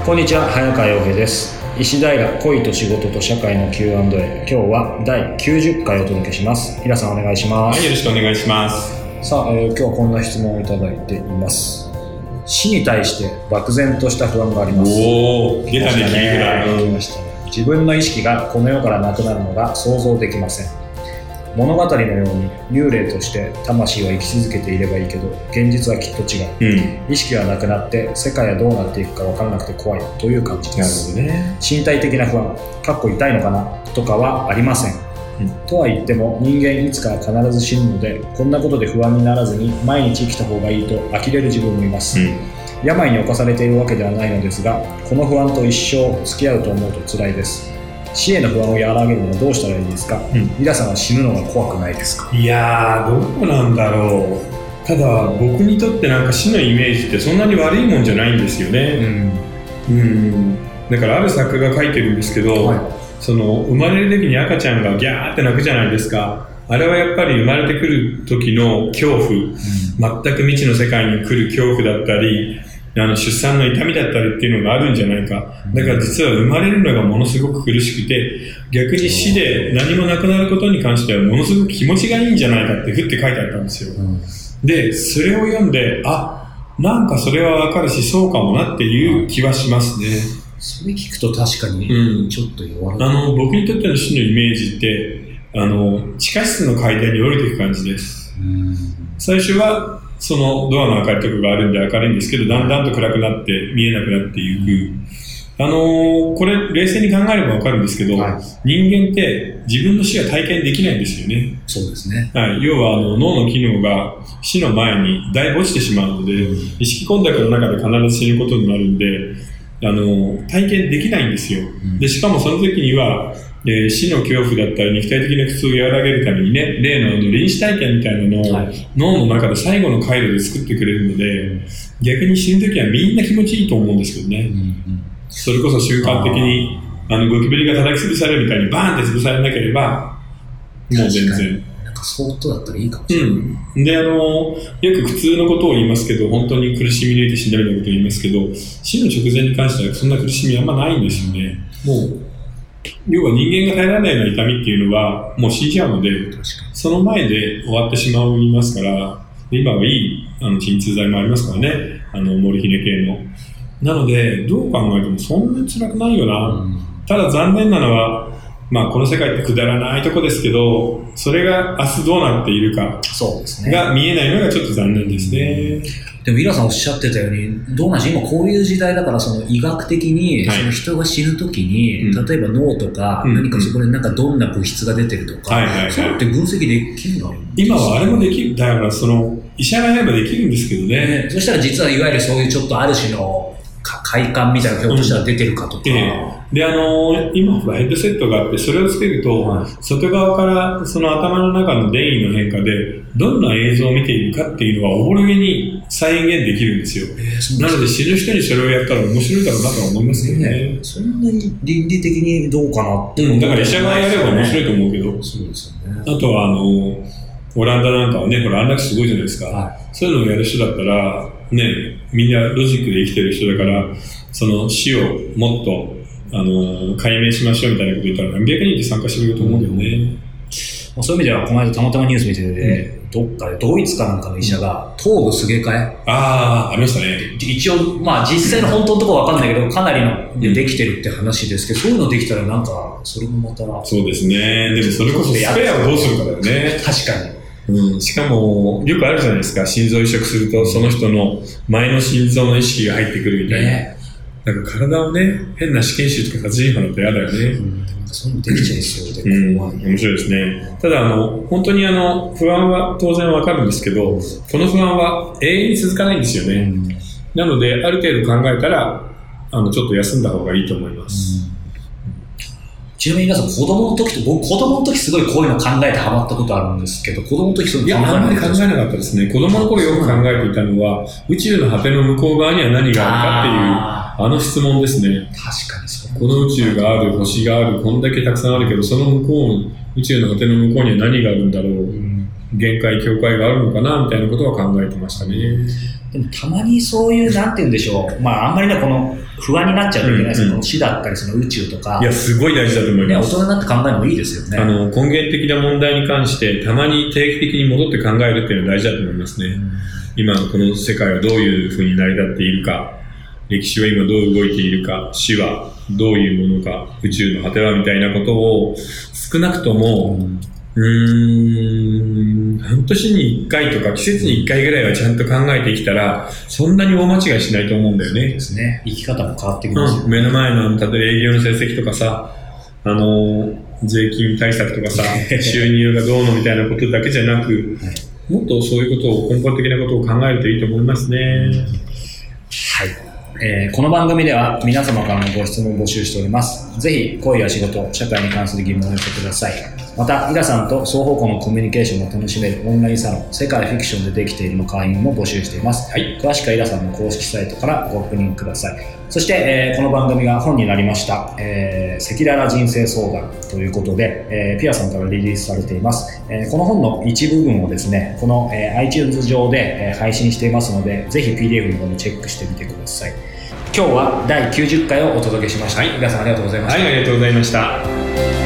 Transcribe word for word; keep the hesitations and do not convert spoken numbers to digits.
こんにちは、早川洋平です。石平恋と仕事と社会の キューアンドエー、 今日はだいきゅうじゅっかいお届けします。平さんお願いします。 はい、よろしくお願いします。 さあ、えー、今日はこんな質問をいただいています。死に対して漠然とした不安があります。 おー、出たね、切り札。 来ましたね。自分の意識がこの世からなくなるのが想像できません。物語のように幽霊として魂は生き続けていればいいけど、現実はきっと違う、うん、意識はなくなって世界はどうなっていくか分からなくて怖いという感じです。なるほどね。身体的な不安、かっこ痛いのかなとかはありません、うん、とは言っても人間いつかは必ず死ぬので、こんなことで不安にならずに毎日生きた方がいいと呆れる自分もいます、うん、病に侵されているわけではないのですが、この不安と一生付き合うと思うと辛いです。死への不安を和らげるのはどうしたらいいですか？うん、皆さんは死ぬのが怖くないですか？ いやー、どうなんだろう。ただ僕にとってなんか死のイメージってそんなに悪いもんじゃないんですよね、うんうん、だからある作家が書いてるんですけど、はい、その生まれる時に赤ちゃんがギャーって泣くじゃないですか。あれはやっぱり生まれてくる時の恐怖、うん、全く未知の世界に来る恐怖だったり、あの出産の痛みだったりっていうのがあるんじゃないか。だから実は生まれるのがものすごく苦しくて、逆に死で何もなくなることに関してはものすごく気持ちがいいんじゃないかってふって書いてあったんですよ、うん、でそれを読んで、あ、なんかそれはわかるしそうかもなっていう気はしますね。 それ聞くと確かにちょっと弱い、うん、 あの僕にとっての死のイメージってあの地下室の階段に降りていく感じです、うん、最初はそのドアの明るいところがあるんで明るいんですけど、だんだんと暗くなって見えなくなっていく、あのー、これ冷静に考えれば分かるんですけど、はい、人間って自分の死は体験できないんですよね。 そうですね、 はい、要はあの脳の機能が死の前にだいぶ落ちてしまうので、うん、意識混濁の中で必ず死ぬことになるんで、あのー、体験できないんですよ、うん、でしかもその時にはえー、死の恐怖だったり肉体的な苦痛を和らげるためにね、例のあの臨死体験みたいなのを、はい、脳の中で最後の回路で作ってくれるので、逆に死ぬ時はみんな気持ちいいと思うんですけどね、うんうん、それこそ瞬間的にあのゴキブリが叩き潰されるみたいにバーンって潰されなければもう全然なんか相当だったらいいかもしれない、 うん、であのよく苦痛のことを言いますけど、本当に苦しみ抜いて死んだみたいなことを言いますけど、死の直前に関してはそんな苦しみあんまないんですよね。もう要は人間が耐えられないような痛みっていうのはもう死んじゃうので、その前で終わってしまいますから、今はいいあの鎮痛剤もありますからね、あのモルヒネ系の。なのでどう考えてもそんなに辛くないよな、うん、ただ残念なのは、まあ、この世界ってくだらないとこですけど、それが明日どうなっているかが見えないのがちょっと残念ですね。 でも、イラさんおっしゃってたように、どうなんでしょう、今こういう時代だから、その医学的に、その人が死ぬときに、はい、例えば脳とか、うん、何かそこでなんかどんな物質が出てるとか、はいはいはい、そういうのって分析できるの？ 今はあれもできる。だからその医者がやればできるんですけどね。 ね、そしたら実はいわゆるそういうちょっとある種の快感みたいなひょっとしたら出てるかとか、うんえー、であの今ほらヘッドセットがあって、それをつけると、はい、外側からその頭の中の電位の変化でどんな映像を見ているかっていうのはおぼろげに再現できるんですよ、えー、なので死ぬ人にそれをやったら面白いだろうなとは思いますけどね、 ね、そんなに倫理的にどうかなって、 うん、だから医者がやれば面白いと思うけど、そうですよね。あとはあのオランダなんかはね、これ安楽死すごいじゃないですか、はい、そういうのをやる人だったらね、みんなロジックで生きてる人だから、その死をもっとあの解明しましょうみたいなこと言ったら何百人って参加してくれると思うんだよね、うん、 そういう意味ではこの間たまたまニュース見てて、うん、どっかでドイツかなんかの医者が頭部すげ替え、 ああありましたね。 一応まあ実際の本当のところは分かんないけど、かなりのでできてるって話ですけど、そういうのできたらなんかそれもまたそうですね。でもそれこそスペアをどうするかだよね。 確かに。 うん、しかもよくあるじゃないですか、心臓移植するとその人の前の心臓の意識が入ってくるみたいな、ね、なんか体をね、変な死刑囚とか殺人犯だと嫌だよね、うん、 そういうのできちゃいそうで、 うん、面白いですね。ただあの本当にあの不安は当然わかるんですけど、この不安は永遠に続かないんですよね、うん、なのである程度考えたらあのちょっと休んだ方がいいと思います、うん。 ちなみに皆さん子供の時と、僕子供の時すごいこういうの考えてハマったことあるんですけど、子供の時そういうの考えなかったですか？いや、あんまり考えなかったですね。 子供の頃よく考えていたのは、宇宙の果ての向こう側には何があるかっていうあの質問ですね。 確かにそう。 この宇宙がある、星がある、こんだけたくさんあるけど、その向こう、宇宙の果ての向こうには何があるんだろう。うん、 限界境界があるのかなみたいなことは考えてましたね。 でもたまにそういうなんて言うんでしょう、まああんまりねこの不安になっちゃうといけないですけど、うんうん、この死だったりその宇宙とか、 いやすごい大事だと思います。 ね、大人になって考えるのもいいですよね。 あの根源的な問題に関してたまに定期的に戻って考えるっていうのは大事だと思いますね。うん、今のこの世界はどういうふうに成り立っているか、歴史は今どう動いているか、死はどういうものか、宇宙の果てはみたいなことを少なくとも、うんうーん半年にいっかいとか季節にいっかいぐらいはちゃんと考えてきたらそんなに大間違いしないと思うんだよね。 そうですね。生き方も変わってきますよね。 うん、目の前の例えば営業の成績とかさ、あの税金対策とかさ収入がどうのみたいなことだけじゃなく、はい、もっとそういうことを根本的なことを考えるといいと思いますね。 はい、えー、この番組では皆様からのご質問を募集しております。ぜひ恋や仕事、社会に関する疑問を寄せてください。また、イラさんと双方向のコミュニケーションを楽しめるオンラインサロン、世界フィクションでできているの会員も募集しています。はい、詳しくはイラさんの公式サイトからご確認ください。そして、えー、この番組が本になりました、えー、赤裸々人生相談ということで、えー、ピアさんからリリースされています。えー、この本の一部分をですね、この、えー、iTunes 上で、えー、配信していますので、ぜひ ピーディーエフ の方にチェックしてみてください。今日はだいきゅうじゅっかいをお届けしました。はい、皆さんありがとうございました。 はい、ありがとうございました。